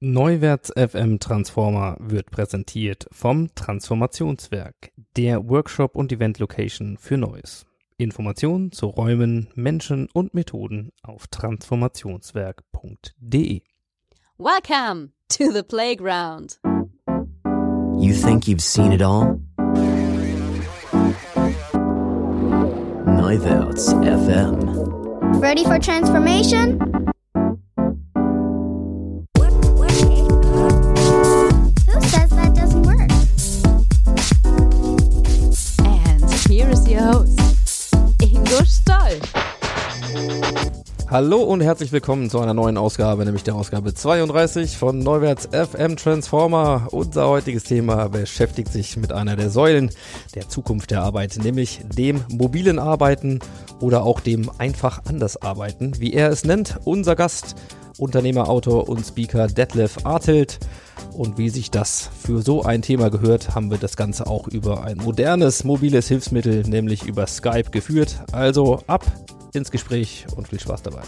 Neuwärts FM Transformer wird präsentiert vom Transformationswerk, der Workshop- und Event-Location für Neues. Informationen zu Räumen, Menschen und Methoden auf transformationswerk.de. Welcome to the playground. You think you've seen it all? Neuwärts FM. Ready for transformation? Who says that doesn't work? And here is your host, Ingo Stoll. Hallo und herzlich willkommen zu einer neuen Ausgabe, nämlich der Ausgabe 32 von Neuwärts FM Transformer. Unser heutiges Thema beschäftigt sich mit einer der Säulen der Zukunft der Arbeit, nämlich dem mobilen Arbeiten oder auch dem einfach anders Arbeiten, wie er es nennt. Unser Gast, Unternehmer, Autor und Speaker Detlef Artelt. Und wie sich das für so ein Thema gehört, haben wir das Ganze auch über ein modernes mobiles Hilfsmittel, nämlich über Skype geführt. Also ab ins Gespräch und viel Spaß dabei.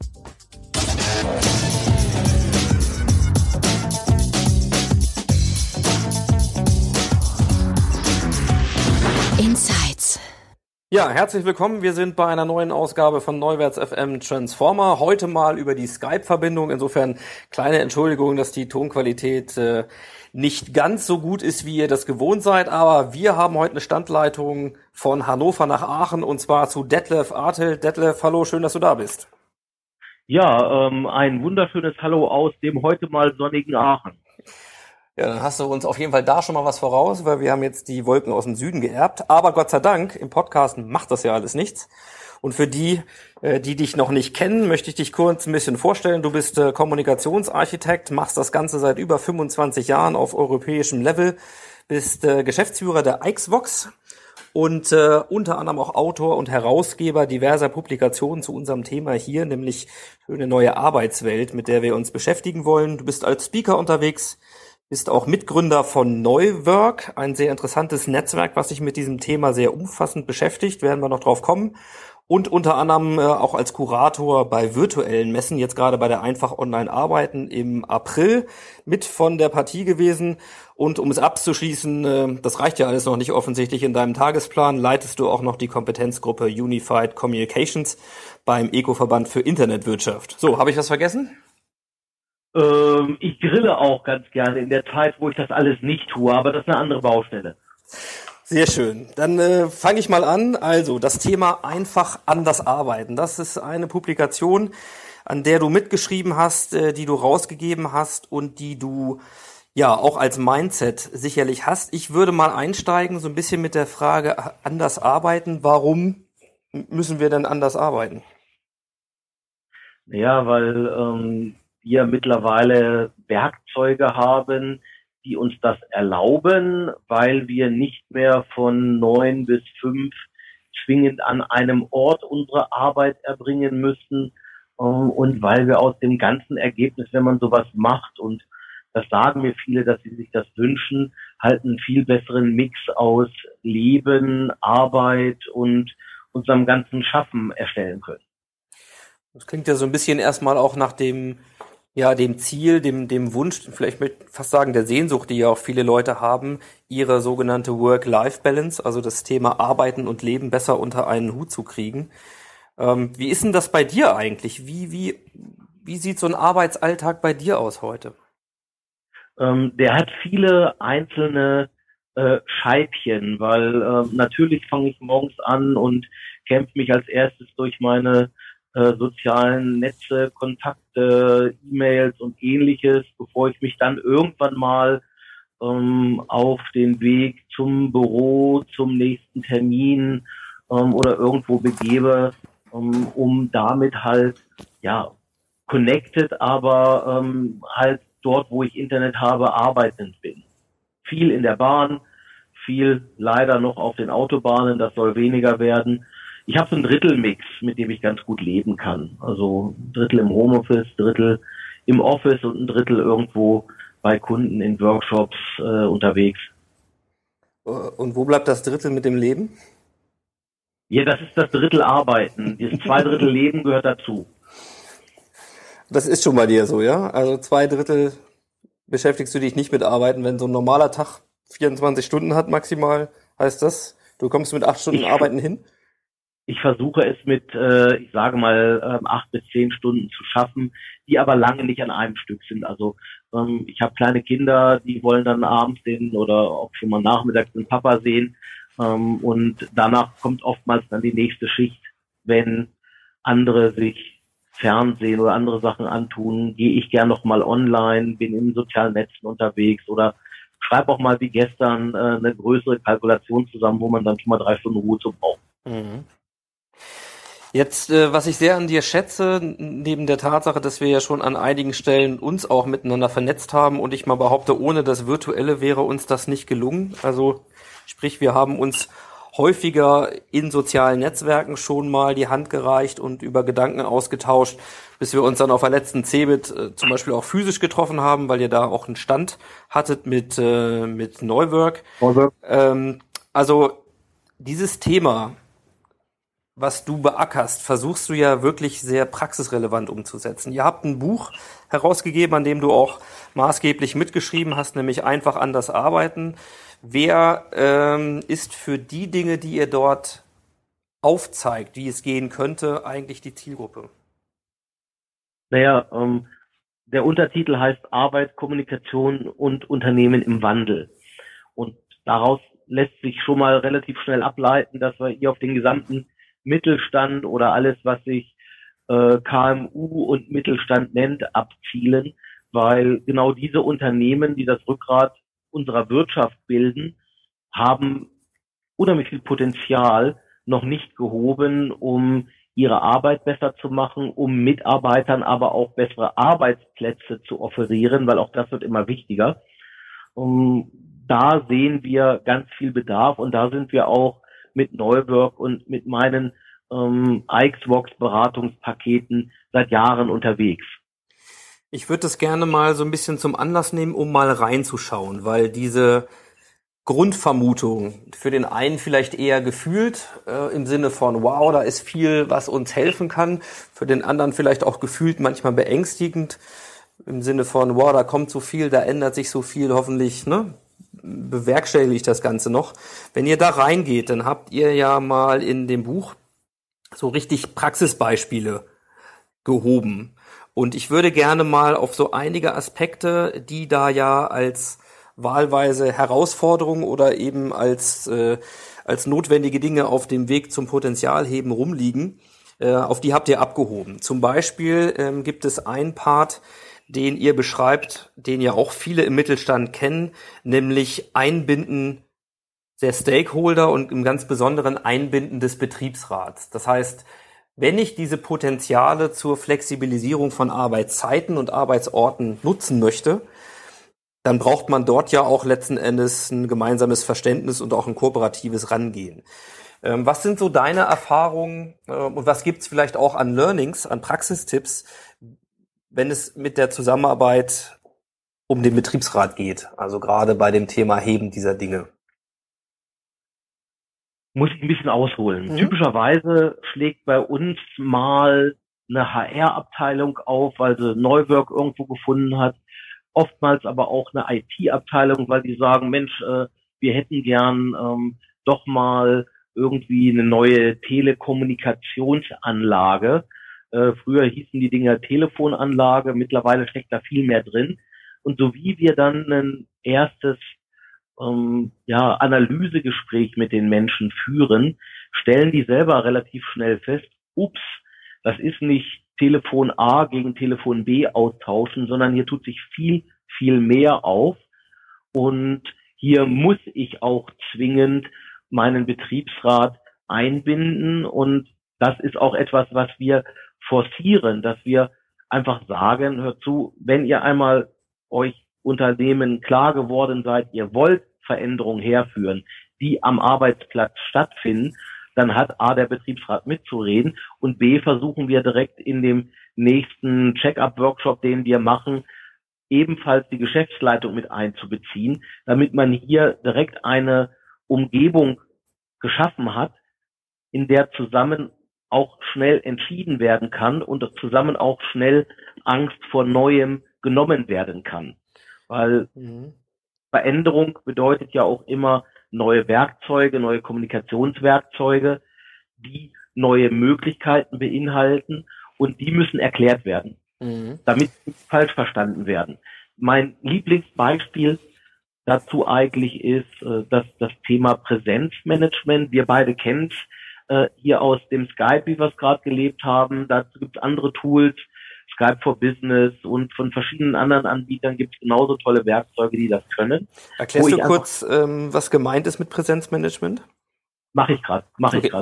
Insights. Ja, herzlich willkommen. Wir sind bei einer neuen Ausgabe von Neuwärts FM Transformer. Heute mal über die Skype-Verbindung. Insofern kleine Entschuldigung, dass die Tonqualität nicht ganz so gut ist, wie ihr das gewohnt seid. Aber wir haben heute eine Standleitung von Hannover nach Aachen und zwar zu Detlef Artelt. Detlef, hallo, schön, dass du da bist. Ja, ein wunderschönes Hallo aus dem heute mal sonnigen Aachen. Ja, dann hast du uns auf jeden Fall da schon mal was voraus, weil wir haben jetzt die Wolken aus dem Süden geerbt. Aber Gott sei Dank, im Podcast macht das ja alles nichts. Und für die, die dich noch nicht kennen, möchte ich dich kurz ein bisschen vorstellen. Du bist Kommunikationsarchitekt, machst das Ganze seit über 25 Jahren auf europäischem Level, bist Geschäftsführer der Ixvox und unter anderem auch Autor und Herausgeber diverser Publikationen zu unserem Thema hier, nämlich eine neue Arbeitswelt, mit der wir uns beschäftigen wollen. Du bist als Speaker unterwegs, bist auch Mitgründer von Neuwork, ein sehr interessantes Netzwerk, was sich mit diesem Thema sehr umfassend beschäftigt, werden wir noch drauf kommen. Und unter anderem auch als Kurator bei virtuellen Messen, jetzt gerade bei der Einfach Online Arbeiten im April mit von der Partie gewesen. Und um es abzuschließen, das reicht ja alles noch nicht offensichtlich in deinem Tagesplan, leitest du auch noch die Kompetenzgruppe Unified Communications beim ECO-Verband für Internetwirtschaft. So, habe ich was vergessen? Ich grille auch ganz gerne in der Zeit, wo ich das alles nicht tue, aber das ist eine andere Baustelle. Sehr schön. Dann fange ich mal an. Also, das Thema einfach anders arbeiten. Das ist eine Publikation, an der du mitgeschrieben hast, die du rausgegeben hast und die du ja auch als Mindset sicherlich hast. Ich würde mal einsteigen, so ein bisschen mit der Frage anders arbeiten. Warum müssen wir denn anders arbeiten? Ja, weil wir mittlerweile Werkzeuge haben, die uns das erlauben, weil wir nicht mehr von 9 bis 5 zwingend an einem Ort unsere Arbeit erbringen müssen und weil wir aus dem ganzen Ergebnis, wenn man sowas macht, und das sagen mir viele, dass sie sich das wünschen, halt einen viel besseren Mix aus Leben, Arbeit und unserem ganzen Schaffen erstellen können. Das klingt ja so ein bisschen erstmal auch nach dem Ziel, dem Wunsch, vielleicht möchte ich fast sagen, der Sehnsucht, die ja auch viele Leute haben, ihre sogenannte Work-Life-Balance, also das Thema Arbeiten und Leben besser unter einen Hut zu kriegen. Wie ist denn das bei dir eigentlich? Wie sieht so ein Arbeitsalltag bei dir aus heute? Der hat viele einzelne Scheibchen, weil natürlich fange ich morgens an und kämpfe mich als erstes durch meine sozialen Netze, Kontakte, E-Mails und ähnliches, bevor ich mich dann irgendwann mal auf den Weg zum Büro, zum nächsten Termin oder irgendwo begebe, um damit halt, connected, aber halt dort, wo ich Internet habe, arbeitend bin. Viel in der Bahn, viel leider noch auf den Autobahnen, das soll weniger werden. Ich habe so einen Drittelmix, mit dem ich ganz gut leben kann. Also ein Drittel im Homeoffice, Drittel im Office und ein Drittel irgendwo bei Kunden in Workshops unterwegs. Und wo bleibt das Drittel mit dem Leben? Ja, das ist das Drittel Arbeiten. Das 2 Drittel Leben gehört dazu. Das ist schon bei dir so, ja? Also 2 Drittel beschäftigst du dich nicht mit Arbeiten, wenn so ein normaler Tag 24 Stunden hat maximal, heißt das, du kommst mit 8 Stunden Arbeiten hin? Ich versuche es mit, ich sage mal, 8 bis 10 Stunden zu schaffen, die aber lange nicht an einem Stück sind. Also ich habe kleine Kinder, die wollen dann abends oder auch schon mal nachmittags den Papa sehen. Und danach kommt oftmals dann die nächste Schicht, wenn andere sich Fernsehen oder andere Sachen antun, gehe ich gern noch mal online, bin in sozialen Netzen unterwegs oder schreibe auch mal wie gestern eine größere Kalkulation zusammen, wo man dann schon mal 3 Stunden Ruhe zu braucht. Mhm. Jetzt, was ich sehr an dir schätze, neben der Tatsache, dass wir ja schon an einigen Stellen uns auch miteinander vernetzt haben und ich mal behaupte, ohne das Virtuelle wäre uns das nicht gelungen. Also sprich, wir haben uns häufiger in sozialen Netzwerken schon mal die Hand gereicht und über Gedanken ausgetauscht, bis wir uns dann auf der letzten CeBIT zum Beispiel auch physisch getroffen haben, weil ihr da auch einen Stand hattet mit Neuwork. Also dieses Thema, was du beackerst, versuchst du ja wirklich sehr praxisrelevant umzusetzen. Ihr habt ein Buch herausgegeben, an dem du auch maßgeblich mitgeschrieben hast, nämlich Einfach anders arbeiten. Wer ist für die Dinge, die ihr dort aufzeigt, wie es gehen könnte, eigentlich die Zielgruppe? Naja, der Untertitel heißt Arbeit, Kommunikation und Unternehmen im Wandel. Und daraus lässt sich schon mal relativ schnell ableiten, dass wir hier auf den gesamten Mittelstand oder alles, was sich KMU und Mittelstand nennt, abzielen, weil genau diese Unternehmen, die das Rückgrat unserer Wirtschaft bilden, haben unheimlich viel Potenzial noch nicht gehoben, um ihre Arbeit besser zu machen, um Mitarbeitern aber auch bessere Arbeitsplätze zu offerieren, weil auch das wird immer wichtiger. Da sehen wir ganz viel Bedarf und da sind wir auch mit Neuwork und mit meinen Ixvox-Beratungspaketen seit Jahren unterwegs. Ich würde das gerne mal so ein bisschen zum Anlass nehmen, um mal reinzuschauen, weil diese Grundvermutung für den einen vielleicht eher gefühlt im Sinne von, wow, da ist viel, was uns helfen kann, für den anderen vielleicht auch gefühlt manchmal beängstigend im Sinne von, wow, da kommt so viel, da ändert sich so viel, hoffentlich, ne? Bewerkstellige ich das Ganze noch. Wenn ihr da reingeht, dann habt ihr ja mal in dem Buch so richtig Praxisbeispiele gehoben. Und ich würde gerne mal auf so einige Aspekte, die da ja als wahlweise Herausforderung oder eben als notwendige Dinge auf dem Weg zum Potenzialheben rumliegen, auf die habt ihr abgehoben. Zum Beispiel gibt es einen Part, den ihr beschreibt, den ja auch viele im Mittelstand kennen, nämlich Einbinden der Stakeholder und im ganz Besonderen Einbinden des Betriebsrats. Das heißt, wenn ich diese Potenziale zur Flexibilisierung von Arbeitszeiten und Arbeitsorten nutzen möchte, dann braucht man dort ja auch letzten Endes ein gemeinsames Verständnis und auch ein kooperatives Rangehen. Was sind so deine Erfahrungen und was gibt's vielleicht auch an Learnings, an Praxistipps, wenn es mit der Zusammenarbeit um den Betriebsrat geht, also gerade bei dem Thema Heben dieser Dinge? Muss ich ein bisschen ausholen. Typischerweise schlägt bei uns mal eine HR-Abteilung auf, weil sie Neuwork irgendwo gefunden hat. Oftmals aber auch eine IT-Abteilung, weil die sagen, Mensch, wir hätten gern doch mal irgendwie eine neue Telekommunikationsanlage. Früher hießen die Dinger Telefonanlage, mittlerweile steckt da viel mehr drin. Und so wie wir dann ein erstes Analysegespräch mit den Menschen führen, stellen die selber relativ schnell fest, ups, das ist nicht Telefon A gegen Telefon B austauschen, sondern hier tut sich viel, viel mehr auf. Und hier muss ich auch zwingend meinen Betriebsrat einbinden. Und das ist auch etwas, was wir forcieren, dass wir einfach sagen, hört zu, wenn ihr einmal euch Unternehmen klar geworden seid, ihr wollt Veränderungen herführen, die am Arbeitsplatz stattfinden, dann hat A, der Betriebsrat mitzureden und B, versuchen wir direkt in dem nächsten Check-up-Workshop, den wir machen, ebenfalls die Geschäftsleitung mit einzubeziehen, damit man hier direkt eine Umgebung geschaffen hat, in der zusammen auch schnell entschieden werden kann und zusammen auch schnell Angst vor Neuem genommen werden kann. weil Veränderung bedeutet ja auch immer neue Werkzeuge, neue Kommunikationswerkzeuge, die neue Möglichkeiten beinhalten und die müssen erklärt werden, damit sie nicht falsch verstanden werden. Mein Lieblingsbeispiel dazu eigentlich ist das Thema Präsenzmanagement. Wir beide kennen es hier aus dem Skype, wie wir es gerade gelebt haben. Dazu gibt es andere Tools, Skype for Business, und von verschiedenen anderen Anbietern gibt es genauso tolle Werkzeuge, die das können. Erklärst du kurz, was gemeint ist mit Präsenzmanagement? Mache ich gerade.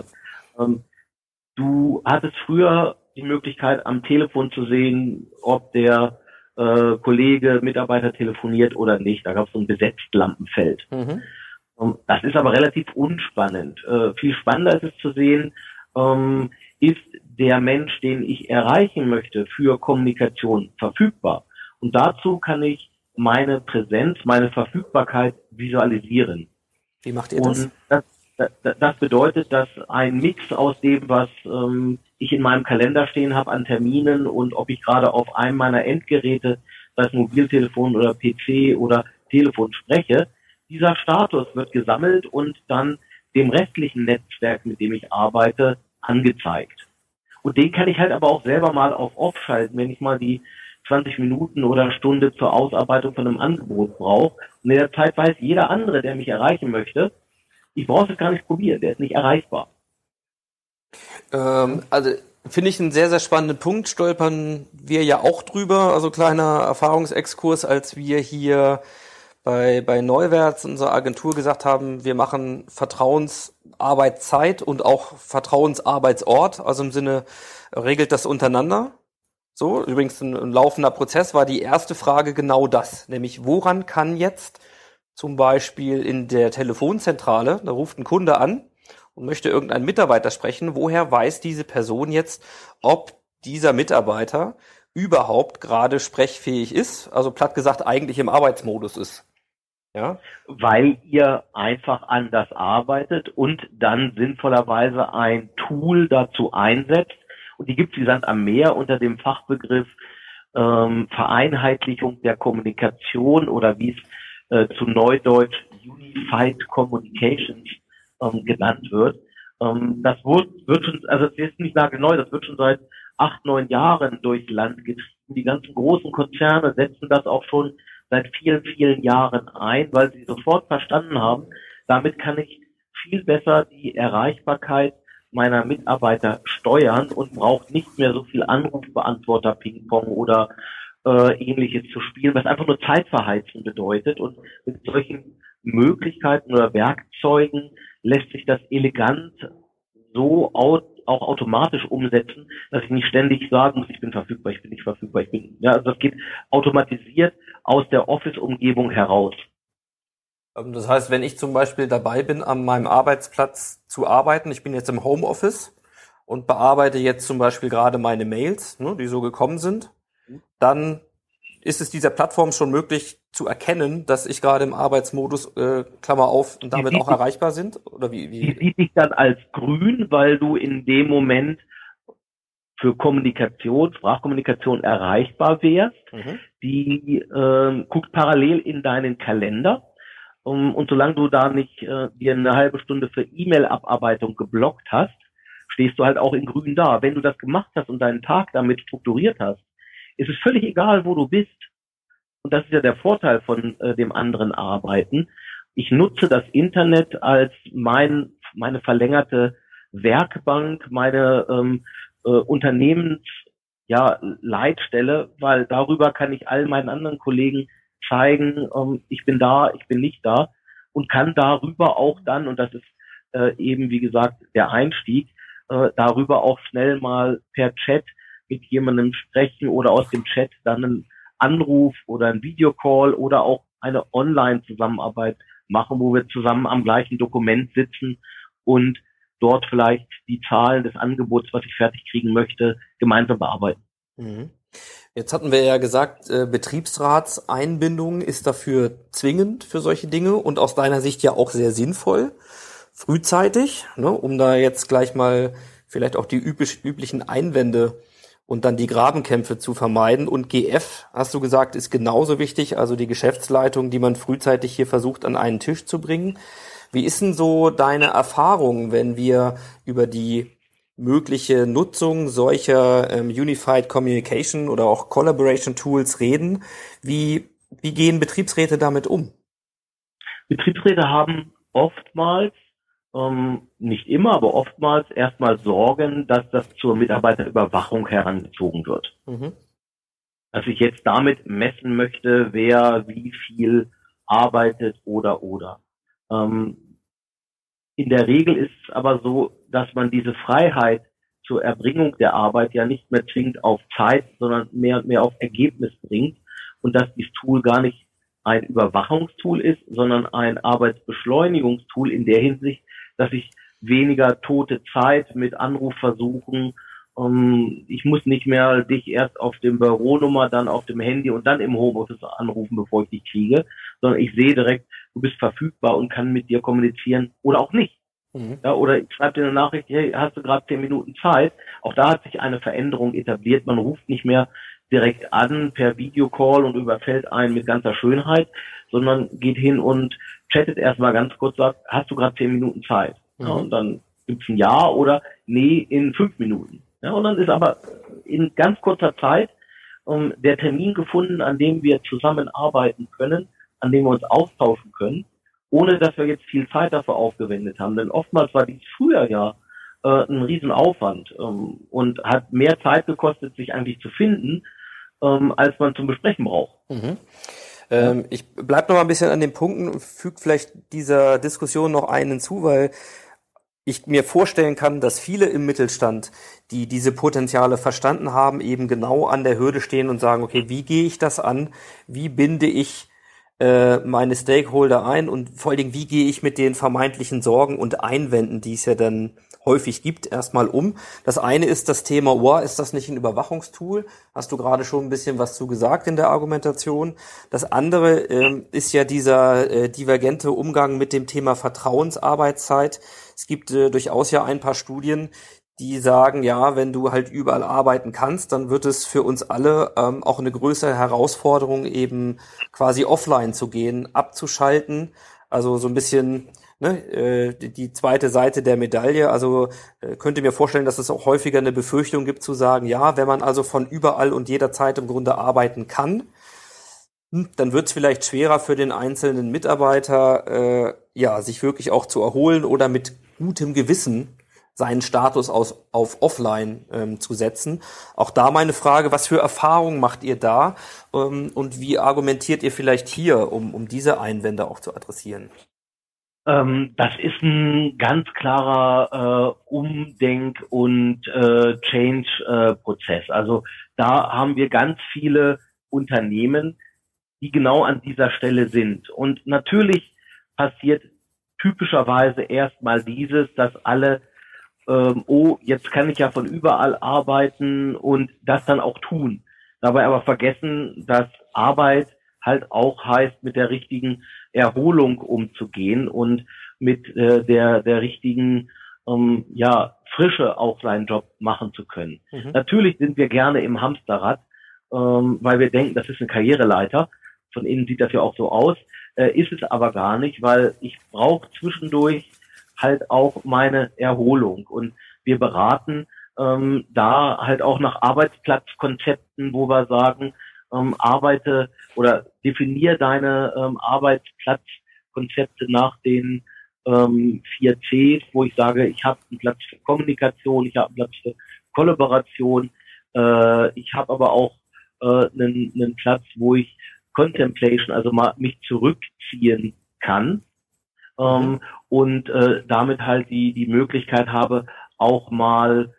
Du hattest früher die Möglichkeit, am Telefon zu sehen, ob der Kollege, Mitarbeiter telefoniert oder nicht. Da gab es so ein Besetztlampenfeld. Das ist aber relativ unspannend. Viel spannender ist es zu sehen, ist der Mensch, den ich erreichen möchte, für Kommunikation verfügbar. Und dazu kann ich meine Präsenz, meine Verfügbarkeit visualisieren. Wie macht ihr das? Und das bedeutet, dass ein Mix aus dem, was ich in meinem Kalender stehen habe an Terminen und ob ich gerade auf einem meiner Endgeräte, sei es Mobiltelefon oder PC oder Telefon spreche, dieser Status wird gesammelt und dann dem restlichen Netzwerk, mit dem ich arbeite, angezeigt. Und den kann ich halt aber auch selber mal auf Off schalten, wenn ich mal die 20 Minuten oder Stunde zur Ausarbeitung von einem Angebot brauche. Und in der Zeit weiß jeder andere, der mich erreichen möchte, ich brauche es gar nicht probieren, der ist nicht erreichbar. Also finde ich einen sehr, sehr spannenden Punkt, stolpern wir ja auch drüber, also kleiner Erfahrungsexkurs, als wir hier bei Neuwärts, unserer Agentur, gesagt haben, wir machen Vertrauensarbeitszeit und auch Vertrauensarbeitsort, also im Sinne, regelt das untereinander. So, übrigens ein laufender Prozess, war die erste Frage genau das, nämlich woran kann jetzt zum Beispiel in der Telefonzentrale, da ruft ein Kunde an und möchte irgendeinen Mitarbeiter sprechen, woher weiß diese Person jetzt, ob dieser Mitarbeiter überhaupt gerade sprechfähig ist, also platt gesagt eigentlich im Arbeitsmodus ist. Ja? Weil ihr einfach anders arbeitet und dann sinnvollerweise ein Tool dazu einsetzt, und die gibt es wie Sand am Meer unter dem Fachbegriff Vereinheitlichung der Kommunikation oder wie es zu Neudeutsch Unified Communications genannt wird. Das wird schon, also das ist nicht nagelneu, das wird schon seit 8, 9 Jahren durchs Land getrieben. Die ganzen großen Konzerne setzen das auch schon seit vielen, vielen Jahren ein, weil sie sofort verstanden haben, damit kann ich viel besser die Erreichbarkeit meiner Mitarbeiter steuern und braucht nicht mehr so viel Anrufbeantworter-Ping-Pong oder Ähnliches zu spielen, was einfach nur Zeitverheizen bedeutet. Und mit solchen Möglichkeiten oder Werkzeugen lässt sich das elegant so auch automatisch umsetzen, dass ich nicht ständig sagen muss, ich bin verfügbar, ich bin nicht verfügbar, also das geht automatisiert aus der Office-Umgebung heraus. Das heißt, wenn ich zum Beispiel dabei bin, an meinem Arbeitsplatz zu arbeiten, ich bin jetzt im Homeoffice und bearbeite jetzt zum Beispiel gerade meine Mails, die so gekommen sind, dann ist es dieser Plattform schon möglich zu erkennen, dass ich gerade im Arbeitsmodus, Klammer auf, und damit auch erreichbar sind? Oder wie? Die sieht dich dann als grün, weil du in dem Moment für Kommunikation, Sprachkommunikation erreichbar wärst. Die guckt parallel in deinen Kalender. Und solange du da nicht dir eine halbe Stunde für E-Mail-Abarbeitung geblockt hast, stehst du halt auch in grün da. Wenn du das gemacht hast und deinen Tag damit strukturiert hast, ist es völlig egal, wo du bist. Und das ist ja der Vorteil von dem anderen Arbeiten. Ich nutze das Internet als meine verlängerte Werkbank, meine Leitstelle, weil darüber kann ich all meinen anderen Kollegen zeigen, ich bin da, ich bin nicht da, und kann darüber auch dann, und das ist eben wie gesagt der Einstieg, darüber auch schnell mal per Chat mit jemandem sprechen oder aus dem Chat dann einen Anruf oder ein Videocall oder auch eine Online-Zusammenarbeit machen, wo wir zusammen am gleichen Dokument sitzen und dort vielleicht die Zahlen des Angebots, was ich fertig kriegen möchte, gemeinsam bearbeiten. Jetzt hatten wir ja gesagt, Betriebsratseinbindung ist dafür zwingend für solche Dinge und aus deiner Sicht ja auch sehr sinnvoll, frühzeitig, um da jetzt gleich mal vielleicht auch die üblichen Einwände und dann die Grabenkämpfe zu vermeiden. Und GF, hast du gesagt, ist genauso wichtig, also die Geschäftsleitung, die man frühzeitig hier versucht, an einen Tisch zu bringen. Wie ist denn so deine Erfahrung, wenn wir über die mögliche Nutzung solcher Unified Communication oder auch Collaboration Tools reden? Wie gehen Betriebsräte damit um? Betriebsräte haben oftmals, nicht immer, aber oftmals erstmal Sorgen, dass das zur Mitarbeiterüberwachung herangezogen wird. Mhm. Dass ich jetzt damit messen möchte, wer wie viel arbeitet oder. In der Regel ist es aber so, dass man diese Freiheit zur Erbringung der Arbeit ja nicht mehr zwingend auf Zeit, sondern mehr und mehr auf Ergebnis bringt und dass dieses Tool gar nicht ein Überwachungstool ist, sondern ein Arbeitsbeschleunigungstool in der Hinsicht, dass ich weniger tote Zeit mit Anrufversuchen, ich muss nicht mehr dich erst auf dem Büronummer, dann auf dem Handy und dann im Homeoffice anrufen, bevor ich dich kriege, sondern ich sehe direkt, du bist verfügbar und kann mit dir kommunizieren oder auch nicht. Mhm. Ja, oder ich schreibe dir eine Nachricht, hey, hast du gerade 10 Minuten Zeit? Auch da hat sich eine Veränderung etabliert. Man ruft nicht mehr direkt an per Videocall und überfällt einen mit ganzer Schönheit, sondern geht hin und chattet erstmal ganz kurz, sagt, hast du gerade 10 Minuten Zeit? Mhm. Ja, und dann gibt's ein Ja oder Nee in 5 Minuten. Ja, und dann ist aber in ganz kurzer Zeit der Termin gefunden, an dem wir zusammenarbeiten können, an dem wir uns austauschen können, ohne dass wir jetzt viel Zeit dafür aufgewendet haben. Denn oftmals war dies früher ja ein Riesenaufwand und hat mehr Zeit gekostet, sich eigentlich zu finden, als man zum Besprechen braucht. Mhm. Ich bleib noch mal ein bisschen an den Punkten und füge vielleicht dieser Diskussion noch einen hinzu, weil ich mir vorstellen kann, dass viele im Mittelstand, die diese Potenziale verstanden haben, eben genau an der Hürde stehen und sagen, okay, wie gehe ich das an? Wie binde ich meine Stakeholder ein und vor allen Dingen, wie gehe ich mit den vermeintlichen Sorgen und Einwänden, die es ja dann häufig gibt, erstmal um. Das eine ist das Thema, ist das nicht ein Überwachungstool? Hast du gerade schon ein bisschen was zu gesagt in der Argumentation. Das andere ist ja dieser divergente Umgang mit dem Thema Vertrauensarbeitszeit. Es gibt durchaus ja ein paar Studien, die sagen, ja, wenn du halt überall arbeiten kannst, dann wird es für uns alle auch eine größere Herausforderung, eben quasi offline zu gehen, abzuschalten. Also so ein bisschen die zweite Seite der Medaille. Also könnte mir vorstellen, dass es auch häufiger eine Befürchtung gibt zu sagen, ja, wenn man also von überall und jederzeit im Grunde arbeiten kann, dann wird es vielleicht schwerer für den einzelnen Mitarbeiter, sich wirklich auch zu erholen oder mit gutem Gewissen seinen Status auf Offline zu setzen. Auch da meine Frage, was für Erfahrungen macht ihr da und wie argumentiert ihr vielleicht hier, um diese Einwände auch zu adressieren? Das ist ein ganz klarer Umdenk- und Change-Prozess. Also da haben wir ganz viele Unternehmen, die genau an dieser Stelle sind. Und natürlich passiert typischerweise erstmal dieses, dass alle jetzt kann ich ja von überall arbeiten und das dann auch tun. Dabei aber vergessen, dass Arbeit halt auch heißt, mit der richtigen Erholung umzugehen und mit der richtigen Frische auch seinen Job machen zu können. Mhm. Natürlich sind wir gerne im Hamsterrad, weil wir denken, das ist eine Karriereleiter. Von innen sieht das ja auch so aus. Ist es aber gar nicht, weil ich brauche zwischendurch halt auch meine Erholung. Und wir beraten da halt auch nach Arbeitsplatzkonzepten, wo wir sagen, arbeite oder definier deine Arbeitsplatzkonzepte nach den 4 Cs, wo ich sage, ich habe einen Platz für Kommunikation, ich habe einen Platz für Kollaboration, ich habe aber auch einen Platz, wo ich Contemplation, also mal mich zurückziehen kann. Und damit halt die Möglichkeit habe, auch mal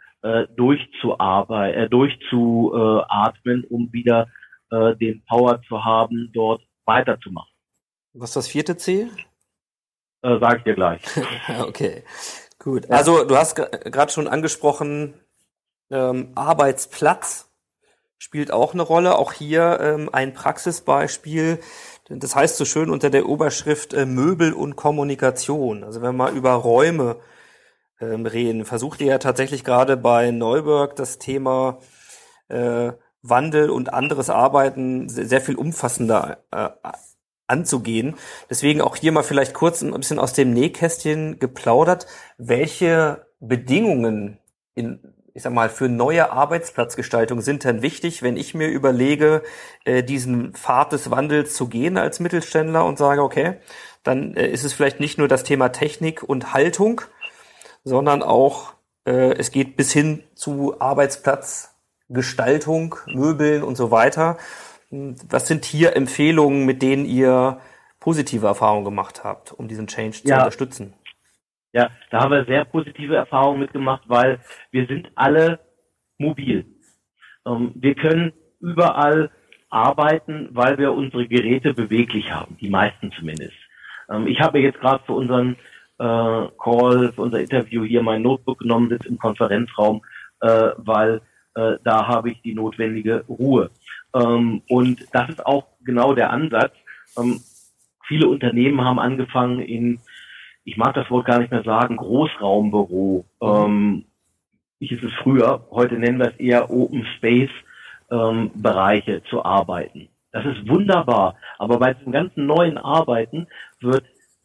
durchzuatmen, um wieder den Power zu haben, dort weiterzumachen. Was ist das 4. C? Sag ich dir gleich. Okay, gut. Ja. Also du hast gerade schon angesprochen, Arbeitsplatz spielt auch eine Rolle. Auch hier ein Praxisbeispiel. Das heißt so schön unter der Überschrift Möbel und Kommunikation. Also wenn wir mal über Räume reden, versucht ihr ja tatsächlich gerade bei Neuberg das Thema Wandel und anderes Arbeiten sehr viel umfassender anzugehen. Deswegen auch hier mal vielleicht kurz ein bisschen aus dem Nähkästchen geplaudert. Welche Bedingungen ich sag mal, für neue Arbeitsplatzgestaltung sind denn wichtig, wenn ich mir überlege, diesen Pfad des Wandels zu gehen als Mittelständler und sage, okay, dann ist es vielleicht nicht nur das Thema Technik und Haltung, sondern auch es geht bis hin zu Arbeitsplatzgestaltung, Möbeln und so weiter. Was sind hier Empfehlungen, mit denen ihr positive Erfahrungen gemacht habt, um diesen Change zu unterstützen? Ja, da haben wir sehr positive Erfahrungen mitgemacht, weil wir sind alle mobil. Wir können überall arbeiten, weil wir unsere Geräte beweglich haben, die meisten zumindest. Ich habe jetzt gerade für unseren Call, für unser Interview hier mein Notebook genommen, sitze im Konferenzraum, weil da habe ich die notwendige Ruhe. Und das ist auch genau der Ansatz. Viele Unternehmen haben angefangen ich mag das Wort gar nicht mehr sagen, Großraumbüro. Ich ist es früher, heute nennen wir es eher Open Space Bereiche zu arbeiten. Das ist wunderbar, aber bei diesem ganzen neuen Arbeiten wird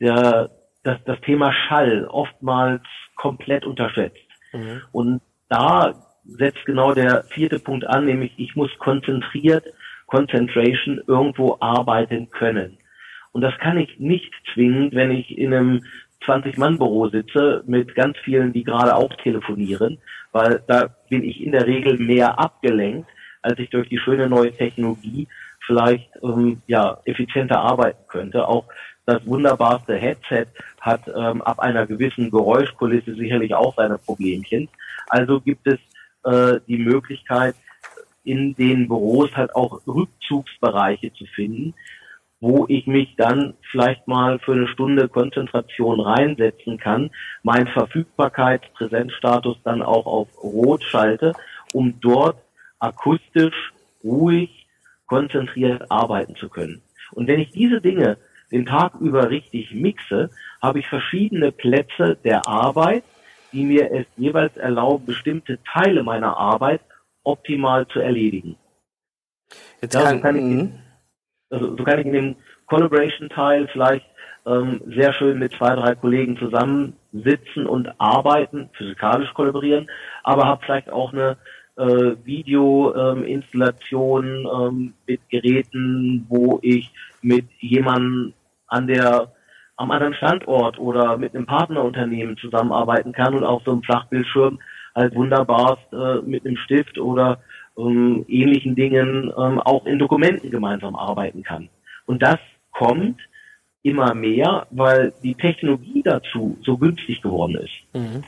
das Thema Schall oftmals komplett unterschätzt. Und da setzt genau der 4. Punkt an, nämlich ich muss Concentration irgendwo arbeiten können. Und das kann ich nicht zwingend, wenn ich in einem 20-Mann-Büro sitze mit ganz vielen, die gerade auch telefonieren, weil da bin ich in der Regel mehr abgelenkt, als ich durch die schöne neue Technologie vielleicht effizienter arbeiten könnte. Auch das wunderbarste Headset hat ab einer gewissen Geräuschkulisse sicherlich auch seine Problemchen. Also gibt es die Möglichkeit, in den Büros halt auch Rückzugsbereiche zu finden, wo ich mich dann vielleicht mal für eine Stunde Konzentration reinsetzen kann, meinen Verfügbarkeitspräsenzstatus dann auch auf Rot schalte, um dort akustisch, ruhig, konzentriert arbeiten zu können. Und wenn ich diese Dinge den Tag über richtig mixe, habe ich verschiedene Plätze der Arbeit, die mir es jeweils erlauben, bestimmte Teile meiner Arbeit optimal zu erledigen. So kann ich in dem Collaboration-Teil vielleicht sehr schön mit 2, 3 Kollegen zusammensitzen und arbeiten, physikalisch kollaborieren, aber habe vielleicht auch eine Video-Installation mit Geräten, wo ich mit jemandem am anderen Standort oder mit einem Partnerunternehmen zusammenarbeiten kann und auf so einem Flachbildschirm halt wunderbar mit einem Stift oder ähnlichen Dingen auch in Dokumenten gemeinsam arbeiten kann. Und das kommt immer mehr, weil die Technologie dazu so günstig geworden ist.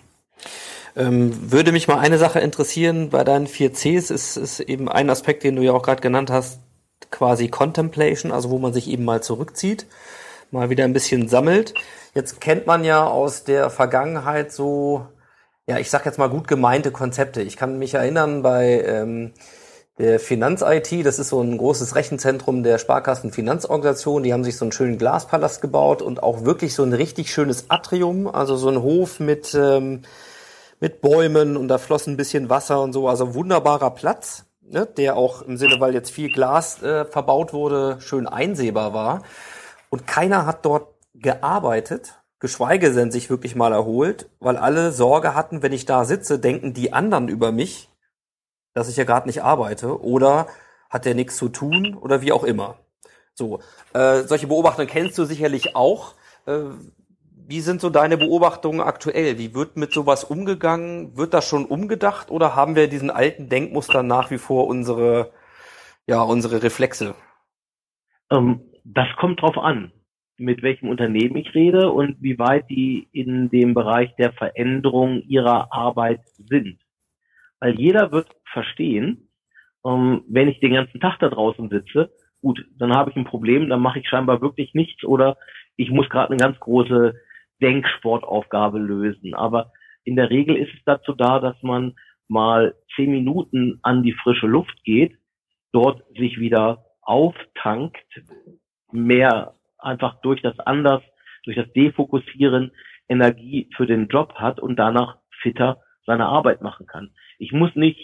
Würde mich mal eine Sache interessieren, bei deinen 4 Cs ist eben ein Aspekt, den du ja auch gerade genannt hast, quasi Contemplation, also wo man sich eben mal zurückzieht, mal wieder ein bisschen sammelt. Jetzt kennt man ja aus der Vergangenheit so, ja, ich sag jetzt mal gut gemeinte Konzepte. Ich kann mich erinnern bei der Finanz-IT, das ist so ein großes Rechenzentrum der Sparkassen-Finanzorganisation, die haben sich so einen schönen Glaspalast gebaut und auch wirklich so ein richtig schönes Atrium, also so ein Hof mit Bäumen und da floss ein bisschen Wasser und so, also wunderbarer Platz, ne, der auch im Sinne, weil jetzt viel Glas verbaut wurde, schön einsehbar war. Und keiner hat dort gearbeitet, geschweige denn sich wirklich mal erholt, weil alle Sorge hatten, wenn ich da sitze, denken die anderen über mich, dass ich ja gerade nicht arbeite oder hat der nichts zu tun oder wie auch immer. So, solche Beobachtungen kennst du sicherlich auch. Wie sind so deine Beobachtungen aktuell? Wie wird mit sowas umgegangen? Wird das schon umgedacht oder haben wir diesen alten Denkmustern nach wie vor unsere Reflexe? Das kommt drauf an, mit welchem Unternehmen ich rede und wie weit die in dem Bereich der Veränderung ihrer Arbeit sind. Weil jeder wird verstehen, wenn ich den ganzen Tag da draußen sitze, gut, dann habe ich ein Problem, dann mache ich scheinbar wirklich nichts oder ich muss gerade eine ganz große Denksportaufgabe lösen. Aber in der Regel ist es dazu da, dass man mal 10 Minuten an die frische Luft geht, dort sich wieder auftankt, mehr einfach durch das Defokussieren Energie für den Job hat und danach fitter seine Arbeit machen kann. Ich muss nicht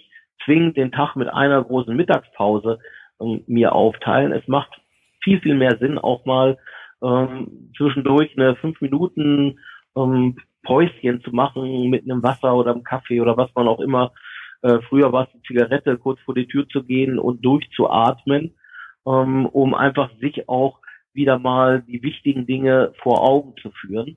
zwingend den Tag mit einer großen Mittagspause mir aufteilen. Es macht viel, viel mehr Sinn, auch mal zwischendurch eine 5 Minuten Päuschen zu machen mit einem Wasser oder einem Kaffee oder was man auch immer. Früher war es eine Zigarette, kurz vor die Tür zu gehen und durchzuatmen, um einfach sich auch wieder mal die wichtigen Dinge vor Augen zu führen.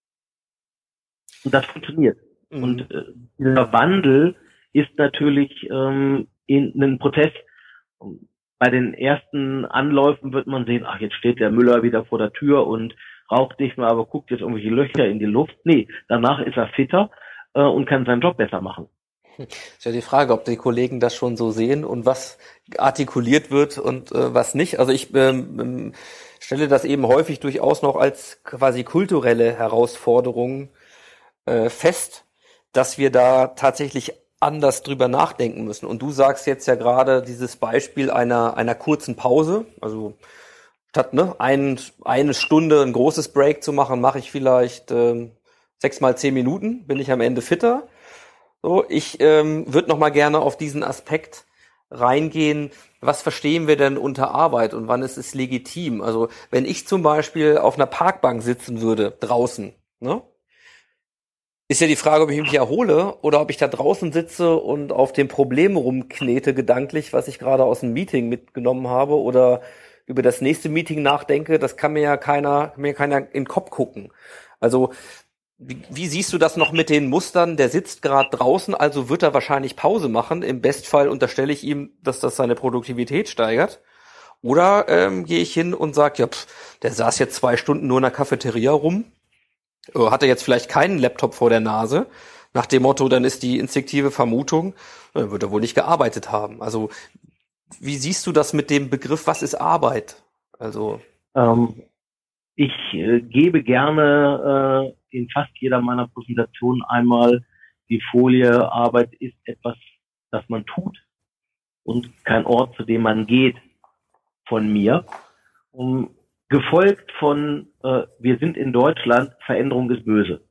Und das funktioniert. Mhm. Und dieser Wandel ist natürlich in einem Prozess. Bei den ersten Anläufen wird man sehen, ach, jetzt steht der Müller wieder vor der Tür und raucht nicht mehr, aber guckt jetzt irgendwelche Löcher in die Luft. Nee, danach ist er fitter und kann seinen Job besser machen. Ist ja die Frage, ob die Kollegen das schon so sehen und was artikuliert wird und was nicht. Also ich stelle das eben häufig durchaus noch als quasi kulturelle Herausforderung fest, dass wir da tatsächlich anders drüber nachdenken müssen. Und du sagst jetzt ja gerade dieses Beispiel einer kurzen Pause, also statt eine Stunde ein großes Break zu machen, mache ich vielleicht 6 mal 10 Minuten, bin ich am Ende fitter. So, ich würde noch mal gerne auf diesen Aspekt reingehen. Was verstehen wir denn unter Arbeit und wann ist es legitim? Also wenn ich zum Beispiel auf einer Parkbank sitzen würde, draußen, ne? Ist ja die Frage, ob ich mich erhole oder ob ich da draußen sitze und auf dem Problem rumknete gedanklich, was ich gerade aus dem Meeting mitgenommen habe oder über das nächste Meeting nachdenke. Das kann mir ja keiner in den Kopf gucken. Also wie siehst du das noch mit den Mustern? Der sitzt gerade draußen, also wird er wahrscheinlich Pause machen. Im Bestfall unterstelle ich ihm, dass das seine Produktivität steigert. Oder gehe ich hin und sage, ja, der saß jetzt 2 Stunden nur in der Cafeteria rum, hatte jetzt vielleicht keinen Laptop vor der Nase. Nach dem Motto, dann ist die instinktive Vermutung, dann wird er wohl nicht gearbeitet haben. Also wie siehst du das mit dem Begriff, was ist Arbeit? Also ich gebe gerne in fast jeder meiner Präsentationen einmal die Folie, Arbeit ist etwas, das man tut und kein Ort, zu dem man geht, von mir. Gefolgt von, wir sind in Deutschland, Veränderung ist böse.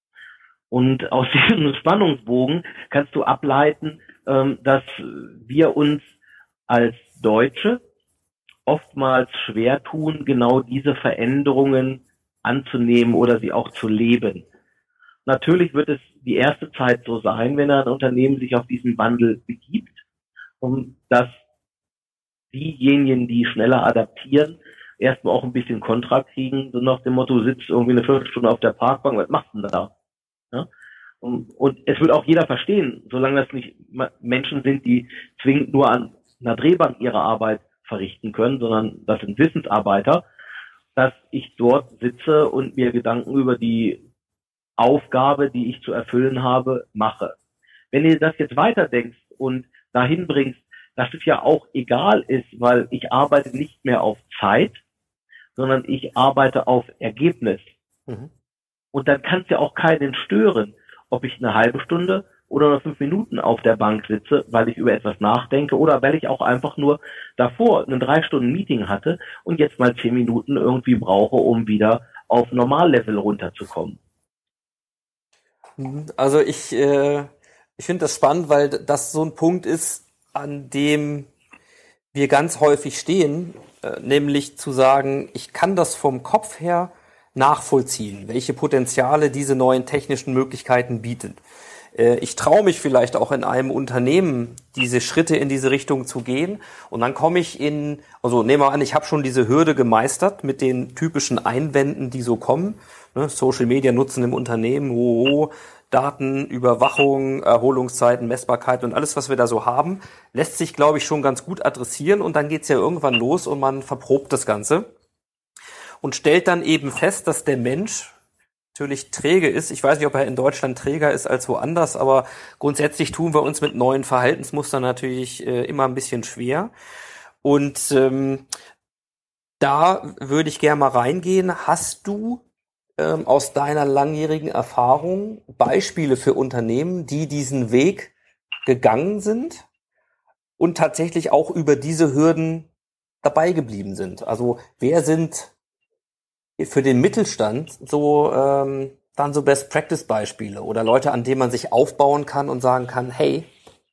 Und aus diesem Spannungsbogen kannst du ableiten, dass wir uns als Deutsche oftmals schwer tun, genau diese Veränderungen anzunehmen oder sie auch zu leben. Natürlich wird es die erste Zeit so sein, wenn ein Unternehmen sich auf diesen Wandel begibt, dass diejenigen, die schneller adaptieren, erstmal auch ein bisschen Kontra kriegen, so nach dem Motto, du sitzt irgendwie eine Viertelstunde auf der Parkbank, was machst du denn da? Ja? Und es wird auch jeder verstehen, solange das nicht Menschen sind, die zwingend nur an einer Drehbank ihre Arbeit verrichten können, sondern das sind Wissensarbeiter, dass ich dort sitze und mir Gedanken über die Aufgabe, die ich zu erfüllen habe, mache. Wenn du das jetzt weiterdenkst und dahin bringst, dass es ja auch egal ist, weil ich arbeite nicht mehr auf Zeit, sondern ich arbeite auf Ergebnis. Mhm. Und dann kann es ja auch keinen stören, ob ich eine halbe Stunde oder nur 5 Minuten auf der Bank sitze, weil ich über etwas nachdenke oder weil ich auch einfach nur davor ein 3 Stunden Meeting hatte und jetzt mal 10 Minuten irgendwie brauche, um wieder auf Normallevel runterzukommen. Also ich finde das spannend, weil das so ein Punkt ist, an dem wir ganz häufig stehen, nämlich zu sagen, ich kann das vom Kopf her nachvollziehen, welche Potenziale diese neuen technischen Möglichkeiten bieten. Ich traue mich vielleicht auch in einem Unternehmen, diese Schritte in diese Richtung zu gehen. Und dann komme ich also nehmen wir an, ich habe schon diese Hürde gemeistert mit den typischen Einwänden, die so kommen. Social Media nutzen im Unternehmen, Daten, Überwachung, Erholungszeiten, Messbarkeit und alles, was wir da so haben, lässt sich, glaube ich, schon ganz gut adressieren. Und dann geht's ja irgendwann los und man verprobt das Ganze und stellt dann eben fest, dass der Mensch natürlich träge ist. Ich weiß nicht, ob er in Deutschland träger ist als woanders, aber grundsätzlich tun wir uns mit neuen Verhaltensmustern natürlich immer ein bisschen schwer. Und da würde ich gerne mal reingehen. Hast du aus deiner langjährigen Erfahrung Beispiele für Unternehmen, die diesen Weg gegangen sind und tatsächlich auch über diese Hürden dabei geblieben sind? Also wer sind für den Mittelstand so dann so Best-Practice-Beispiele oder Leute, an denen man sich aufbauen kann und sagen kann, hey,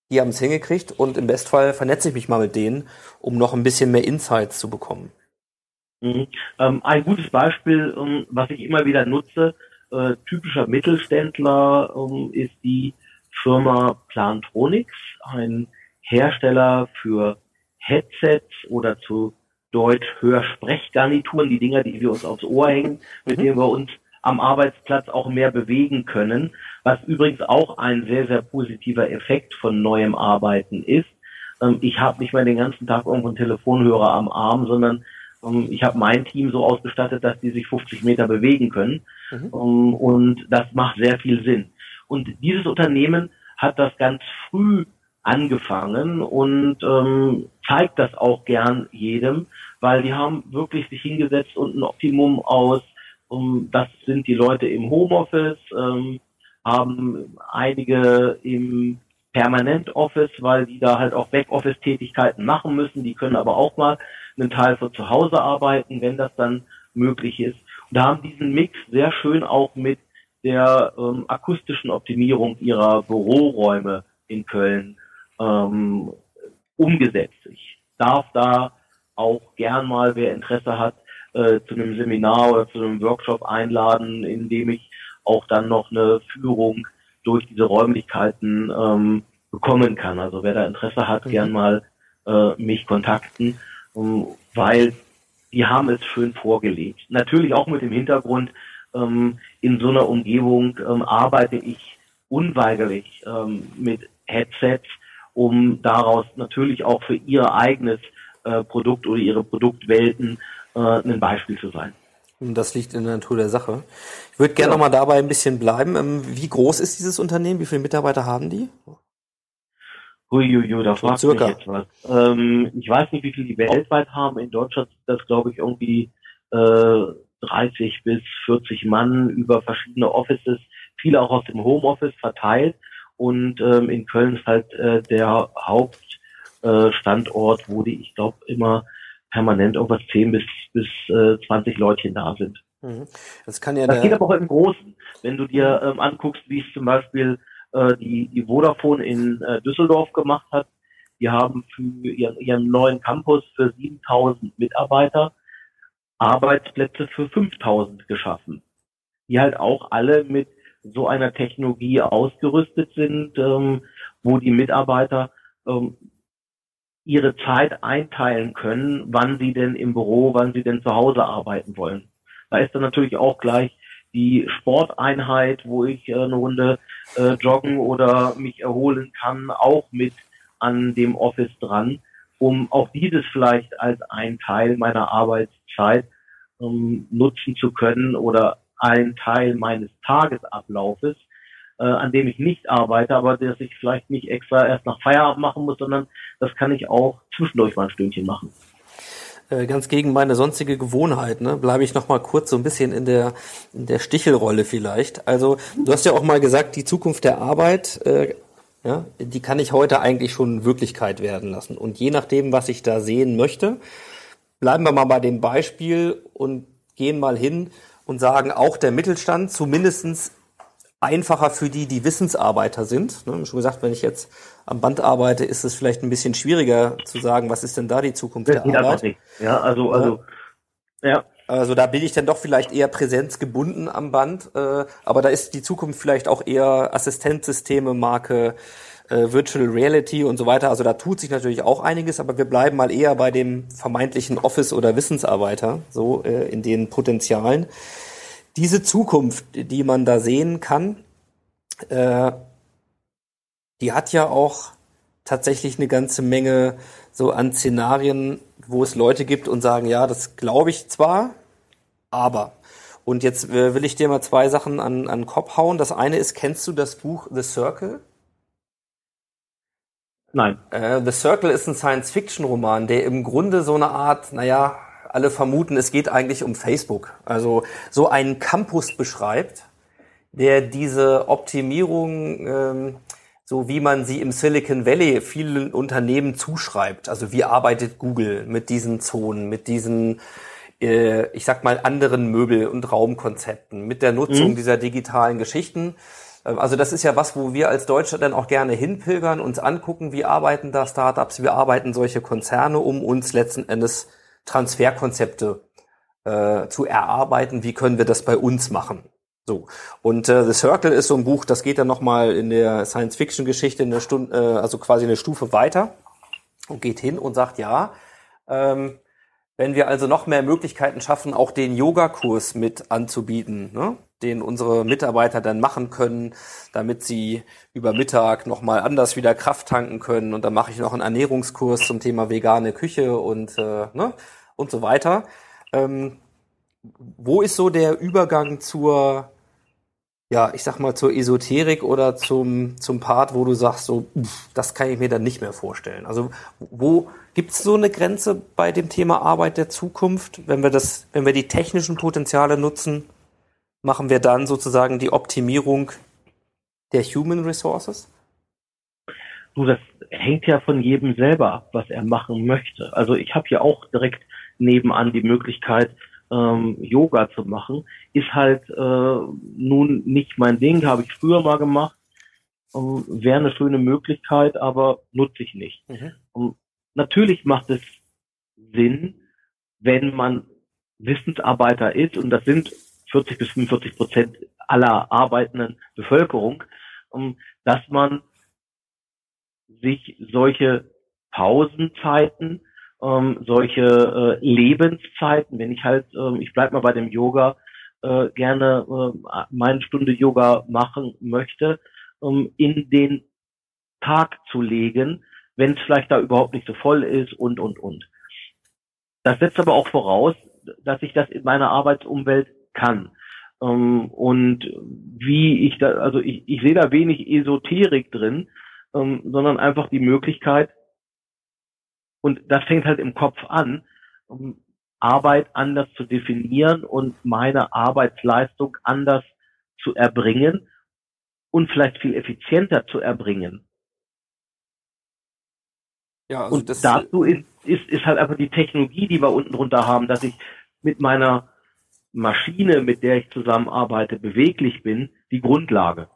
die haben es hingekriegt und im Bestfall vernetze ich mich mal mit denen, um noch ein bisschen mehr Insights zu bekommen. Ein gutes Beispiel, was ich immer wieder nutze, typischer Mittelständler, ist die Firma Plantronics, ein Hersteller für Headsets oder zu Deutsch Hörsprechgarnituren, die Dinger, die wir uns aufs Ohr hängen, mit denen wir uns am Arbeitsplatz auch mehr bewegen können, was übrigens auch ein sehr, sehr positiver Effekt von neuem Arbeiten ist. Ich habe nicht mehr den ganzen Tag irgendwo einen Telefonhörer am Arm, sondern ich habe mein Team so ausgestattet, dass die sich 50 Meter bewegen können. Und das macht sehr viel Sinn. Und dieses Unternehmen hat das ganz früh angefangen und zeigt das auch gern jedem, weil die haben wirklich sich hingesetzt und ein Optimum aus, das sind die Leute im Homeoffice, haben einige im Permanent-Office, weil die da halt auch Backoffice-Tätigkeiten machen müssen, die können aber auch mal einen Teil von zu Hause arbeiten, wenn das dann möglich ist. Und da haben diesen Mix sehr schön auch mit der akustischen Optimierung ihrer Büroräume in Köln umgesetzt. Ich darf da auch gern mal, wer Interesse hat, zu einem Seminar oder zu einem Workshop einladen, in dem ich auch dann noch eine Führung durch diese Räumlichkeiten bekommen kann. Also wer da Interesse hat, gern mal mich kontakten, weil die haben es schön vorgelegt. Natürlich auch mit dem Hintergrund, in so einer Umgebung arbeite ich unweigerlich mit Headsets, um daraus natürlich auch für ihr eigenes Produkt oder ihre Produktwelten ein Beispiel zu sein. Das liegt in der Natur der Sache. Ich würde gerne noch mal dabei ein bisschen bleiben. Wie groß ist dieses Unternehmen? Wie viele Mitarbeiter haben die? Da fragst du mich jetzt was. Ich weiß nicht, wie viele die weltweit haben. In Deutschland sind das, glaube ich, irgendwie 30 bis 40 Mann über verschiedene Offices, viele auch aus dem Homeoffice verteilt. Und in Köln ist halt der Hauptstandort, wo die, ich glaube, immer permanent irgendwas 10 bis 20 Leutchen da sind. Das kann ja das geht aber auch im Großen. Wenn du dir anguckst, wie es zum Beispiel die Vodafone in Düsseldorf gemacht hat, die haben für ihren neuen Campus für 7.000 Mitarbeiter Arbeitsplätze für 5.000 geschaffen, die halt auch alle mit so einer Technologie ausgerüstet sind, wo die Mitarbeiter ihre Zeit einteilen können, wann sie denn im Büro, wann sie denn zu Hause arbeiten wollen. Da ist dann natürlich auch gleich die Sporteinheit, wo ich eine Runde joggen oder mich erholen kann, auch mit an dem Office dran, um auch dieses vielleicht als ein Teil meiner Arbeitszeit nutzen zu können oder ein Teil meines Tagesablaufes, an dem ich nicht arbeite, aber dass ich vielleicht nicht extra erst nach Feierabend machen muss, sondern das kann ich auch zwischendurch mal ein Stündchen machen. Ganz gegen meine sonstige Gewohnheit, ne, bleibe ich noch mal kurz so ein bisschen in der Stichelrolle vielleicht. Also du hast ja auch mal gesagt, die Zukunft der Arbeit, die kann ich heute eigentlich schon Wirklichkeit werden lassen. Und je nachdem, was ich da sehen möchte, bleiben wir mal bei dem Beispiel und gehen mal hin und sagen, auch der Mittelstand zumindestens einfacher für die Wissensarbeiter sind. Ne, schon gesagt, wenn ich jetzt am Band arbeite, ist es vielleicht ein bisschen schwieriger zu sagen, was ist denn da die Zukunft der Arbeit? Ja, also. Also da bin ich dann doch vielleicht eher präsenzgebunden am Band, aber da ist die Zukunft vielleicht auch eher Assistenzsysteme, Marke, Virtual Reality und so weiter. Also da tut sich natürlich auch einiges, aber wir bleiben mal eher bei dem vermeintlichen Office- oder Wissensarbeiter, so in den Potenzialen. Diese Zukunft, die man da sehen kann, die hat ja auch tatsächlich eine ganze Menge so an Szenarien, wo es Leute gibt und sagen, ja, das glaube ich zwar, aber. Und jetzt will ich dir mal zwei Sachen an den Kopf hauen. Das eine ist, kennst du das Buch The Circle? Nein. The Circle ist ein Science-Fiction-Roman, der im Grunde so eine Art, alle vermuten, es geht eigentlich um Facebook. Also so einen Campus beschreibt, der diese Optimierung, so wie man sie im Silicon Valley vielen Unternehmen zuschreibt. Also wie arbeitet Google mit diesen Zonen, mit diesen, ich sag mal, anderen Möbel- und Raumkonzepten, mit der Nutzung dieser digitalen Geschichten. Also das ist ja was, wo wir als Deutsche dann auch gerne hinpilgern, uns angucken, wie arbeiten da Startups, wie arbeiten solche Konzerne, um uns letzten Endes Transferkonzepte zu erarbeiten, wie können wir das bei uns machen. So. Und The Circle ist so ein Buch, das geht dann nochmal in der Science-Fiction-Geschichte eine Stunde, also quasi eine Stufe weiter und geht hin und sagt, ja, wenn wir also noch mehr Möglichkeiten schaffen, auch den Yogakurs mit anzubieten, ne, den unsere Mitarbeiter dann machen können, damit sie über Mittag nochmal anders wieder Kraft tanken können. Und dann mache ich noch einen Ernährungskurs zum Thema vegane Küche und so weiter. Wo ist so der Übergang zur, ja, ich sag mal, zur Esoterik oder zum Part, wo du sagst, so, das kann ich mir dann nicht mehr vorstellen? Also wo gibt's so eine Grenze bei dem Thema Arbeit der Zukunft? Wenn wir die technischen Potenziale nutzen, machen wir dann sozusagen die Optimierung der Human Resources? Du, das hängt ja von jedem selber ab, was er machen möchte. Also ich habe ja auch direkt nebenan die Möglichkeit, Yoga zu machen. Ist halt nun nicht mein Ding, habe ich früher mal gemacht. Wäre eine schöne Möglichkeit, aber nutze ich nicht. Natürlich macht es Sinn, wenn man Wissensarbeiter ist, und das sind 40-45% aller arbeitenden Bevölkerung, dass man sich solche Pausenzeiten, solche Lebenszeiten, wenn ich halt, ich bleib mal bei dem Yoga, gerne meine Stunde Yoga machen möchte, in den Tag zu legen, wenn es vielleicht da überhaupt nicht so voll ist und. Das setzt aber auch voraus, dass ich das in meiner Arbeitsumwelt kann. Und wie ich da, also ich sehe da wenig Esoterik drin, sondern einfach die Möglichkeit, und das fängt halt im Kopf an, Arbeit anders zu definieren und meine Arbeitsleistung anders zu erbringen und vielleicht viel effizienter zu erbringen. Ja, also und dazu ist halt einfach die Technologie, die wir unten drunter haben, dass ich mit meiner Maschine, mit der ich zusammenarbeite, beweglich bin, die Grundlage.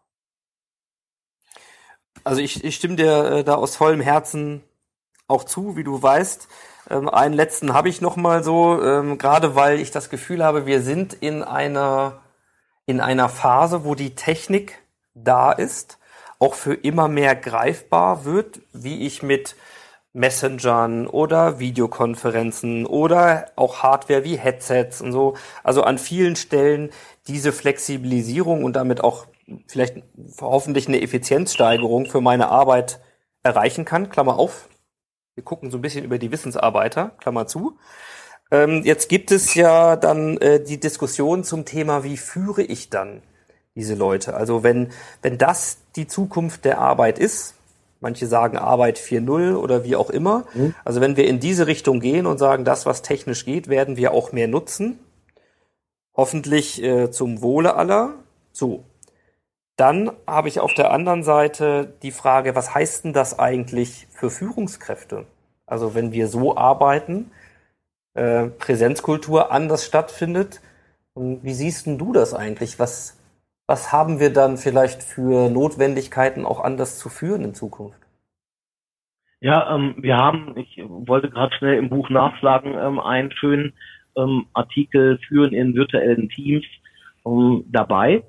Also ich stimme dir da aus vollem Herzen auch zu, wie du weißt. Einen letzten habe ich noch mal so, gerade weil ich das Gefühl habe, wir sind in einer Phase, wo die Technik da ist, auch für immer mehr greifbar wird, wie ich mit Messengern oder Videokonferenzen oder auch Hardware wie Headsets und so, also an vielen Stellen diese Flexibilisierung und damit auch vielleicht hoffentlich eine Effizienzsteigerung für meine Arbeit erreichen kann, Klammer auf. Wir gucken so ein bisschen über die Wissensarbeiter, Klammer zu. Jetzt gibt es ja dann die Diskussion zum Thema, wie führe ich dann diese Leute? Also wenn das die Zukunft der Arbeit ist, manche sagen Arbeit 4.0 oder wie auch immer, also wenn wir in diese Richtung gehen und sagen, das, was technisch geht, werden wir auch mehr nutzen, hoffentlich zum Wohle aller, so. Dann habe ich auf der anderen Seite die Frage, was heißt denn das eigentlich für Führungskräfte? Also wenn wir so arbeiten, Präsenzkultur anders stattfindet, wie siehst denn du das eigentlich? Was haben wir dann vielleicht für Notwendigkeiten, auch anders zu führen in Zukunft? Ja, ich wollte gerade schnell im Buch nachschlagen, einen schönen Artikel führen in virtuellen Teams dabei.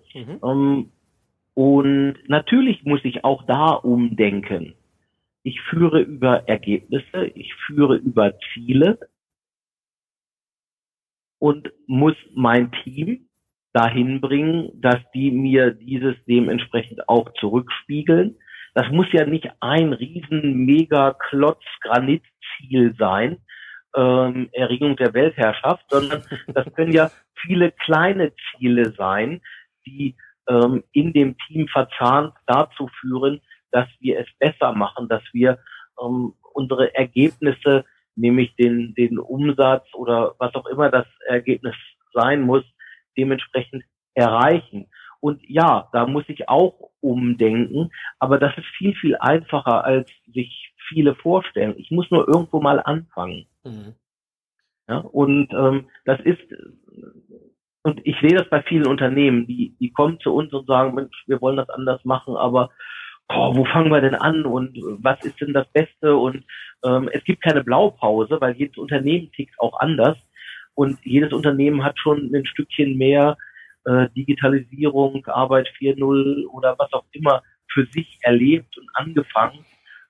Und natürlich muss ich auch da umdenken. Ich führe über Ergebnisse, ich führe über Ziele und muss mein Team dahin bringen, dass die mir dieses dementsprechend auch zurückspiegeln. Das muss ja nicht ein riesen Mega-Klotz Granitziel sein, Erringung der Weltherrschaft, sondern das können ja viele kleine Ziele sein, die in dem Team verzahnt dazu führen, dass wir es besser machen, dass wir unsere Ergebnisse, nämlich den Umsatz oder was auch immer das Ergebnis sein muss, dementsprechend erreichen. Und ja, da muss ich auch umdenken, aber das ist viel, viel einfacher, als sich viele vorstellen. Ich muss nur irgendwo mal anfangen. Ja, und das ist Und ich sehe das bei vielen Unternehmen, die kommen zu uns und sagen, Mensch, wir wollen das anders machen, aber wo fangen wir denn an und was ist denn das Beste? Und es gibt keine Blaupause, weil jedes Unternehmen tickt auch anders und jedes Unternehmen hat schon ein Stückchen mehr Digitalisierung, Arbeit 4.0 oder was auch immer für sich erlebt und angefangen.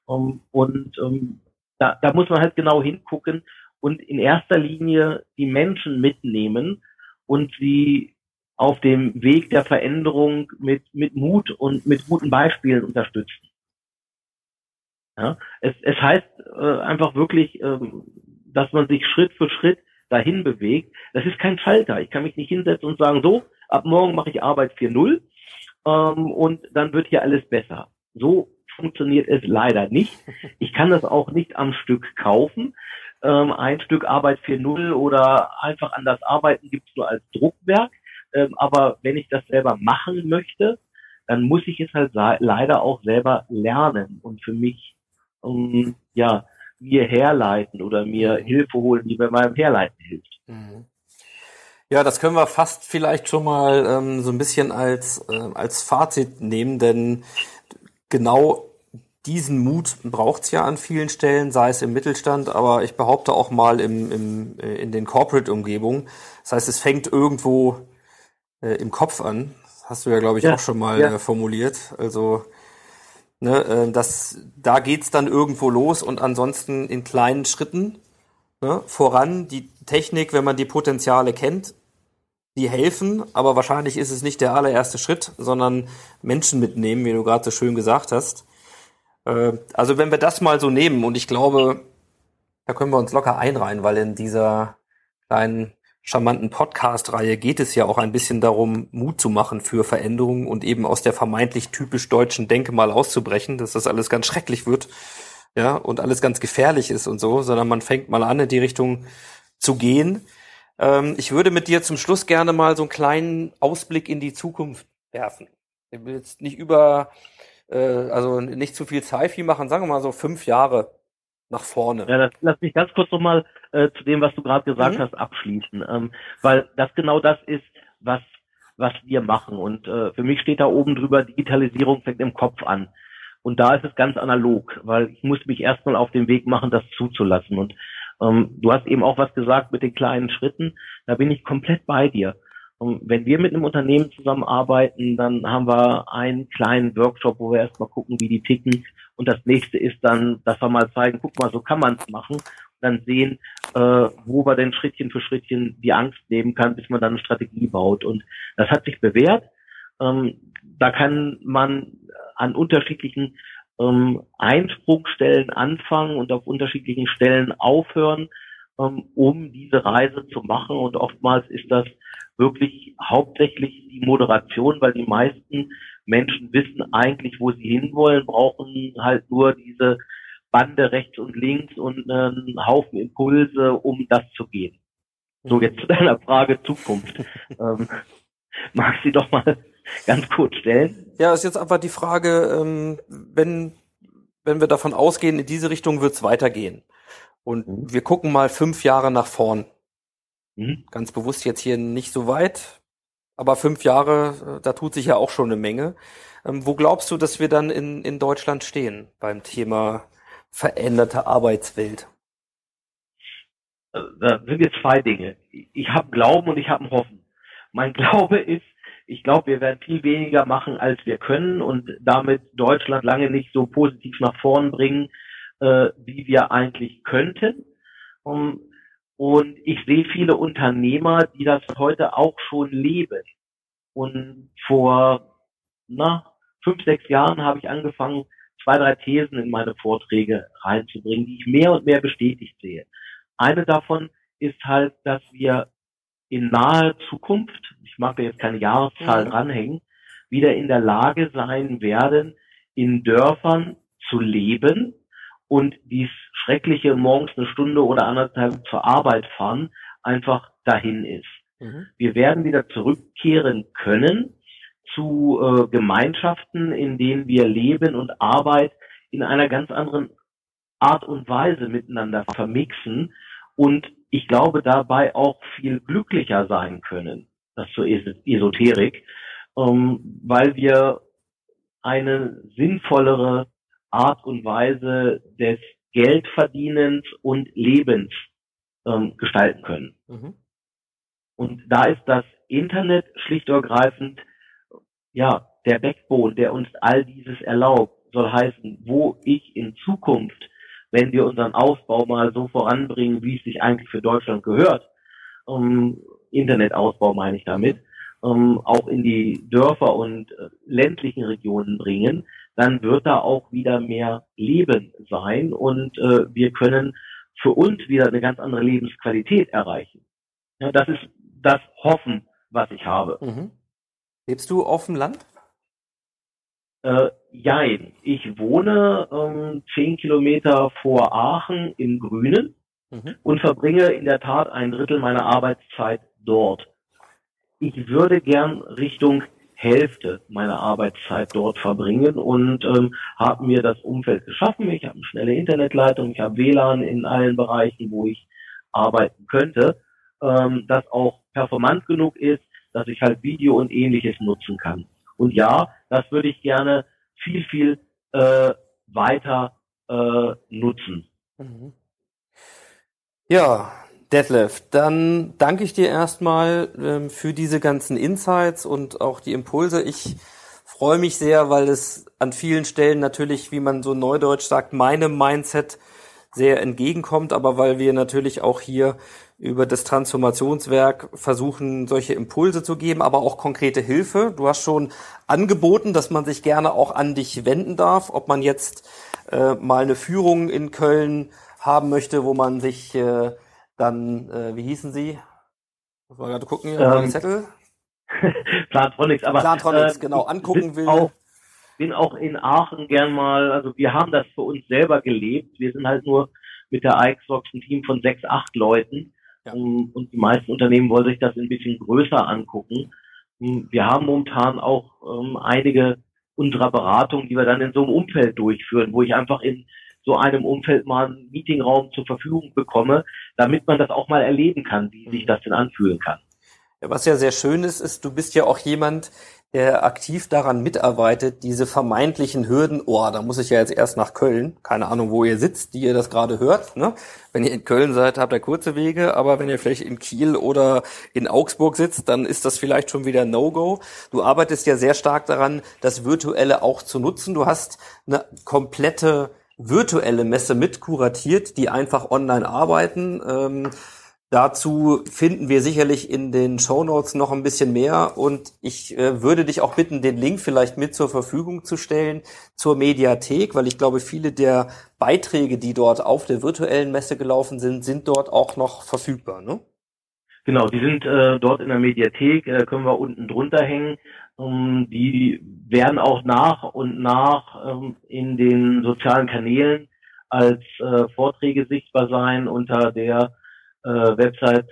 Da muss man halt genau hingucken und in erster Linie die Menschen mitnehmen und sie auf dem Weg der Veränderung mit Mut und mit guten Beispielen unterstützen. Ja, es heißt einfach wirklich, dass man sich Schritt für Schritt dahin bewegt. Das ist kein Schalter. Ich kann mich nicht hinsetzen und sagen, so, ab morgen mache ich Arbeit 4.0 und dann wird hier alles besser. So funktioniert es leider nicht. Ich kann das auch nicht am Stück kaufen. Ein Stück Arbeit 4.0 oder einfach anders arbeiten gibt es nur als Druckwerk. Aber wenn ich das selber machen möchte, dann muss ich es halt leider auch selber lernen und für mich mir herleiten oder mir Hilfe holen, die bei meinem Herleiten hilft. Ja, das können wir fast vielleicht schon mal so ein bisschen als Fazit nehmen, denn genau diesen Mut braucht's ja an vielen Stellen, sei es im Mittelstand, aber ich behaupte auch mal in den Corporate-Umgebungen. Das heißt, es fängt irgendwo im Kopf an. Das hast du ja, glaube ich, auch schon mal formuliert. Also da geht's dann irgendwo los und ansonsten in kleinen Schritten voran. Die Technik, wenn man die Potenziale kennt, die helfen, aber wahrscheinlich ist es nicht der allererste Schritt, sondern Menschen mitnehmen, wie du gerade so schön gesagt hast. Also wenn wir das mal so nehmen, und ich glaube, da können wir uns locker einreihen, weil in dieser kleinen, charmanten Podcast-Reihe geht es ja auch ein bisschen darum, Mut zu machen für Veränderungen und eben aus der vermeintlich typisch deutschen Denke mal auszubrechen, dass das alles ganz schrecklich wird, ja, und alles ganz gefährlich ist und so, sondern man fängt mal an, in die Richtung zu gehen. Ich würde mit dir zum Schluss gerne mal so einen kleinen Ausblick in die Zukunft werfen. Ich will jetzt nicht nicht zu viel Sci-Fi machen, sagen wir mal so 5 Jahre nach vorne. Ja, lass mich ganz kurz nochmal zu dem, was du gerade gesagt hast, abschließen. Weil das genau das ist, was wir machen. Und für mich steht da oben drüber, Digitalisierung fängt im Kopf an. Und da ist es ganz analog, weil ich muss mich erstmal auf den Weg machen, das zuzulassen. Und du hast eben auch was gesagt mit den kleinen Schritten. Da bin ich komplett bei dir. Wenn wir mit einem Unternehmen zusammenarbeiten, dann haben wir einen kleinen Workshop, wo wir erstmal gucken, wie die ticken. Und das nächste ist dann, dass wir mal zeigen, guck mal, so kann man es machen. Und dann sehen, wo wir denn Schrittchen für Schrittchen die Angst nehmen kann, bis man dann eine Strategie baut. Und das hat sich bewährt. Da kann man an unterschiedlichen Einsprungstellen anfangen und auf unterschiedlichen Stellen aufhören, um diese Reise zu machen. Und oftmals ist das wirklich hauptsächlich die Moderation, weil die meisten Menschen wissen eigentlich, wo sie hinwollen, brauchen halt nur diese Bande rechts und links und einen Haufen Impulse, um das zu gehen. So, jetzt zu deiner Frage Zukunft. Magst du sie doch mal ganz kurz stellen? Ja, ist jetzt einfach die Frage, wenn wir davon ausgehen, in diese Richtung wird es weitergehen. Und wir gucken mal 5 Jahre nach vorn. Ganz bewusst jetzt hier nicht so weit, aber 5 Jahre, da tut sich ja auch schon eine Menge. Wo glaubst du, dass wir dann in Deutschland stehen beim Thema veränderte Arbeitswelt? Da sind jetzt 2 Dinge. Ich habe Glauben und ich habe Hoffen. Mein Glaube ist, ich glaube, wir werden viel weniger machen, als wir können und damit Deutschland lange nicht so positiv nach vorn bringen, wie wir eigentlich könnten. Und ich sehe viele Unternehmer, die das heute auch schon leben. Und vor 5, 6 Jahren habe ich angefangen, 2, 3 Thesen in meine Vorträge reinzubringen, die ich mehr und mehr bestätigt sehe. Eine davon ist halt, dass wir in naher Zukunft, ich mag da jetzt keine Jahreszahl dranhängen, wieder in der Lage sein werden, in Dörfern zu leben und dies schreckliche morgens 1 Stunde oder 1,5 zur Arbeit fahren einfach dahin ist. Wir werden wieder zurückkehren können zu Gemeinschaften, in denen wir Leben und Arbeit in einer ganz anderen Art und Weise miteinander vermixen und ich glaube dabei auch viel glücklicher sein können. das zur Esoterik, weil wir eine sinnvollere Art und Weise des Geldverdienens und Lebens gestalten können. Mhm. Und da ist das Internet schlicht und ergreifend, ja, der Backbone, der uns all dieses erlaubt, soll heißen, wo ich in Zukunft, wenn wir unseren Ausbau mal so voranbringen, wie es sich eigentlich für Deutschland gehört, Internetausbau meine ich damit, auch in die Dörfer und ländlichen Regionen bringen, dann wird da auch wieder mehr Leben sein und wir können für uns wieder eine ganz andere Lebensqualität erreichen. Ja, das ist das Hoffen, was ich habe. Mhm. Lebst du auf dem Land? Jein. Ich wohne 10 Kilometer vor Aachen im Grünen und verbringe in der Tat ein Drittel meiner Arbeitszeit dort. Ich würde gern Richtung Hälfte meiner Arbeitszeit dort verbringen und habe mir das Umfeld geschaffen. Ich habe eine schnelle Internetleitung, ich habe WLAN in allen Bereichen, wo ich arbeiten könnte, das auch performant genug ist, dass ich halt Video und Ähnliches nutzen kann. Und ja, das würde ich gerne viel weiter nutzen. Mhm. Ja, Detlef, dann danke ich dir erstmal für diese ganzen Insights und auch die Impulse. Ich freue mich sehr, weil es an vielen Stellen natürlich, wie man so neudeutsch sagt, meinem Mindset sehr entgegenkommt, aber weil wir natürlich auch hier über das Transformationswerk versuchen, solche Impulse zu geben, aber auch konkrete Hilfe. Du hast schon angeboten, dass man sich gerne auch an dich wenden darf, ob man jetzt mal eine Führung in Köln haben möchte, wo man sich dann, wie hießen sie? Muss mal gerade gucken, hier auf Zettel. Plantronics, aber Plantronics, genau, angucken will. Bin auch in Aachen gern mal, also wir haben das für uns selber gelebt. Wir sind halt nur mit der iXox ein Team von 6, 8 Leuten. Ja. Und die meisten Unternehmen wollen sich das ein bisschen größer angucken. Wir haben momentan auch einige unserer Beratungen, die wir dann in so einem Umfeld durchführen, wo ich einfach in so einem Umfeld mal einen Meetingraum zur Verfügung bekomme, damit man das auch mal erleben kann, wie sich das denn anfühlen kann. Ja, was ja sehr schön ist, du bist ja auch jemand, der aktiv daran mitarbeitet, diese vermeintlichen Hürden, da muss ich ja jetzt erst nach Köln, keine Ahnung, wo ihr sitzt, die ihr das gerade hört, ne? Wenn ihr in Köln seid, habt ihr kurze Wege, aber wenn ihr vielleicht in Kiel oder in Augsburg sitzt, dann ist das vielleicht schon wieder No-Go. Du arbeitest ja sehr stark daran, das Virtuelle auch zu nutzen. Du hast eine komplette virtuelle Messe mit kuratiert, die einfach online arbeiten. Dazu finden wir sicherlich in den Shownotes noch ein bisschen mehr und ich würde dich auch bitten, den Link vielleicht mit zur Verfügung zu stellen zur Mediathek, weil ich glaube, viele der Beiträge, die dort auf der virtuellen Messe gelaufen sind, sind dort auch noch verfügbar, ne? Genau, die sind dort in der Mediathek, können wir unten drunter hängen. Die werden auch nach und nach in den sozialen Kanälen als Vorträge sichtbar sein unter der Website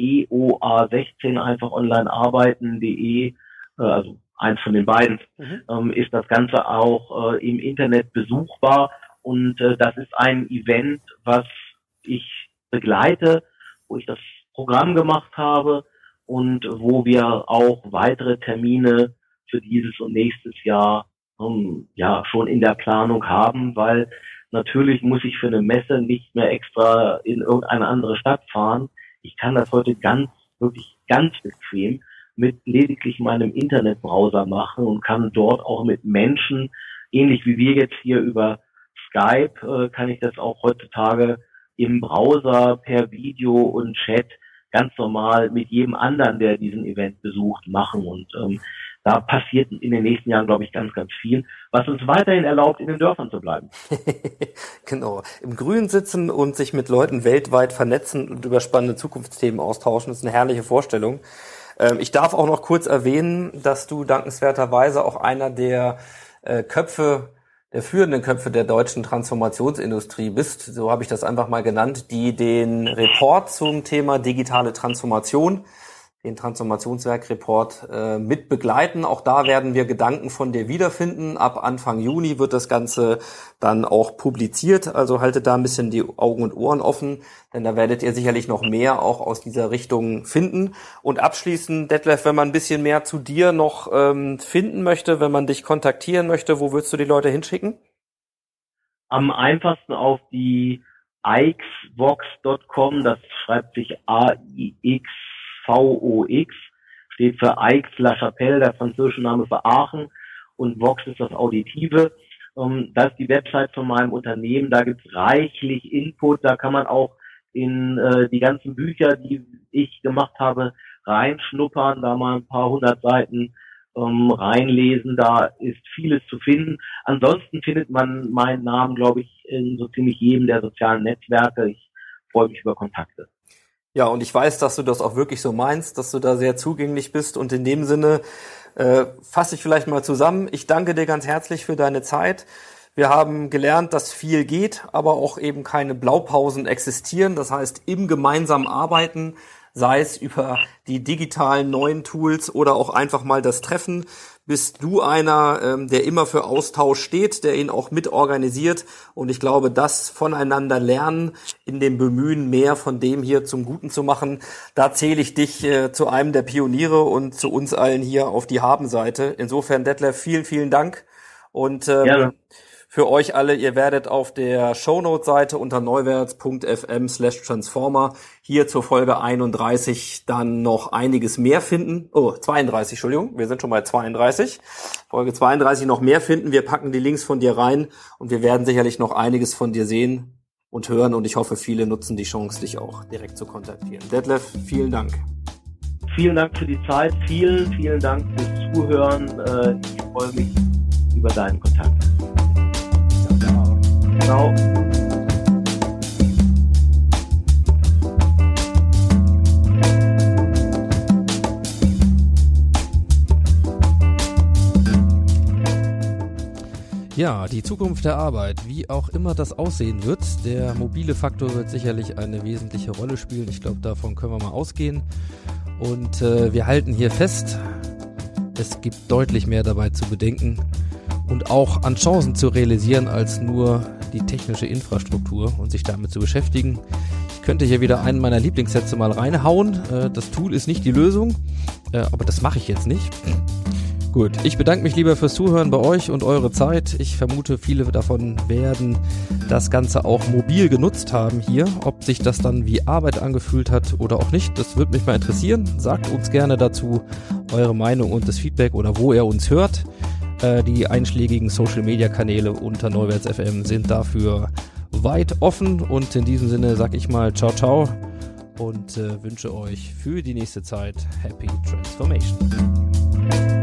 EOA16, einfach online arbeiten.de, also eins von den beiden, ist das Ganze auch im Internet besuchbar und das ist ein Event, was ich begleite, wo ich das Programm gemacht habe und wo wir auch weitere Termine für dieses und nächstes Jahr schon in der Planung haben, weil natürlich muss ich für eine Messe nicht mehr extra in irgendeine andere Stadt fahren. Ich kann das heute wirklich ganz bequem mit lediglich meinem Internetbrowser machen und kann dort auch mit Menschen, ähnlich wie wir jetzt hier über Skype, kann ich das auch heutzutage im Browser per Video und Chat ganz normal mit jedem anderen, der diesen Event besucht, machen. Und da passiert in den nächsten Jahren, glaube ich, ganz, ganz viel, was uns weiterhin erlaubt, in den Dörfern zu bleiben. Genau. Im Grün sitzen und sich mit Leuten weltweit vernetzen und über spannende Zukunftsthemen austauschen, das ist eine herrliche Vorstellung. Ich darf auch noch kurz erwähnen, dass du dankenswerterweise auch einer der führenden Köpfe der deutschen Transformationsindustrie bist, so habe ich das einfach mal genannt, die den Report zum Thema digitale Transformation den Transformationswerk-Report mit begleiten. Auch da werden wir Gedanken von dir wiederfinden. Ab Anfang Juni wird das Ganze dann auch publiziert. Also haltet da ein bisschen die Augen und Ohren offen, denn da werdet ihr sicherlich noch mehr auch aus dieser Richtung finden. Und abschließend, Detlef, wenn man ein bisschen mehr zu dir noch finden möchte, wenn man dich kontaktieren möchte, wo würdest du die Leute hinschicken? Am einfachsten auf die aixvox.com, das schreibt sich AIXVOX, steht für Aix-la Chapelle, der französische Name für Aachen, und Vox ist das Auditive. Das ist die Website von meinem Unternehmen, da gibt's reichlich Input, da kann man auch in die ganzen Bücher, die ich gemacht habe, reinschnuppern, da mal ein paar 100 Seiten reinlesen, da ist vieles zu finden. Ansonsten findet man meinen Namen, glaube ich, in so ziemlich jedem der sozialen Netzwerke. Ich freue mich über Kontakte. Ja, und ich weiß, dass du das auch wirklich so meinst, dass du da sehr zugänglich bist, und in dem Sinne fasse ich vielleicht mal zusammen. Ich danke dir ganz herzlich für deine Zeit. Wir haben gelernt, dass viel geht, aber auch eben keine Blaupausen existieren. Das heißt, im gemeinsamen Arbeiten, sei es über die digitalen neuen Tools oder auch einfach mal das Treffen, bist du einer, der immer für Austausch steht, der ihn auch mit organisiert. Und ich glaube, das voneinander lernen, in dem Bemühen, mehr von dem hier zum Guten zu machen, da zähle ich dich zu einem der Pioniere und zu uns allen hier auf die Habenseite. Insofern, Detlef, vielen, vielen Dank. Und für euch alle, ihr werdet auf der Shownote-Seite unter neuwerts.fm/transformer hier zur Folge 31 dann noch einiges mehr finden. 32, Entschuldigung, wir sind schon bei 32. Folge 32 noch mehr finden. Wir packen die Links von dir rein und wir werden sicherlich noch einiges von dir sehen und hören, und ich hoffe, viele nutzen die Chance, dich auch direkt zu kontaktieren. Detlef, vielen Dank. Vielen Dank für die Zeit, vielen, vielen Dank fürs Zuhören. Ich freue mich über deinen Kontakt. Ciao. Ja, die Zukunft der Arbeit, wie auch immer das aussehen wird, der mobile Faktor wird sicherlich eine wesentliche Rolle spielen. Ich glaube, davon können wir mal ausgehen. Und wir halten hier fest, es gibt deutlich mehr dabei zu bedenken und auch an Chancen zu realisieren, als nur die technische Infrastruktur und sich damit zu beschäftigen. Ich könnte hier wieder einen meiner Lieblingssätze mal reinhauen. Das Tool ist nicht die Lösung, aber das mache ich jetzt nicht. Gut, ich bedanke mich lieber fürs Zuhören bei euch und eure Zeit. Ich vermute, viele davon werden das Ganze auch mobil genutzt haben hier. Ob sich das dann wie Arbeit angefühlt hat oder auch nicht, das würde mich mal interessieren. Sagt uns gerne dazu eure Meinung und das Feedback oder wo ihr uns hört. Die einschlägigen Social-Media-Kanäle unter Neuwerts FM sind dafür weit offen, und in diesem Sinne sage ich mal ciao, ciao und wünsche euch für die nächste Zeit Happy Transformation.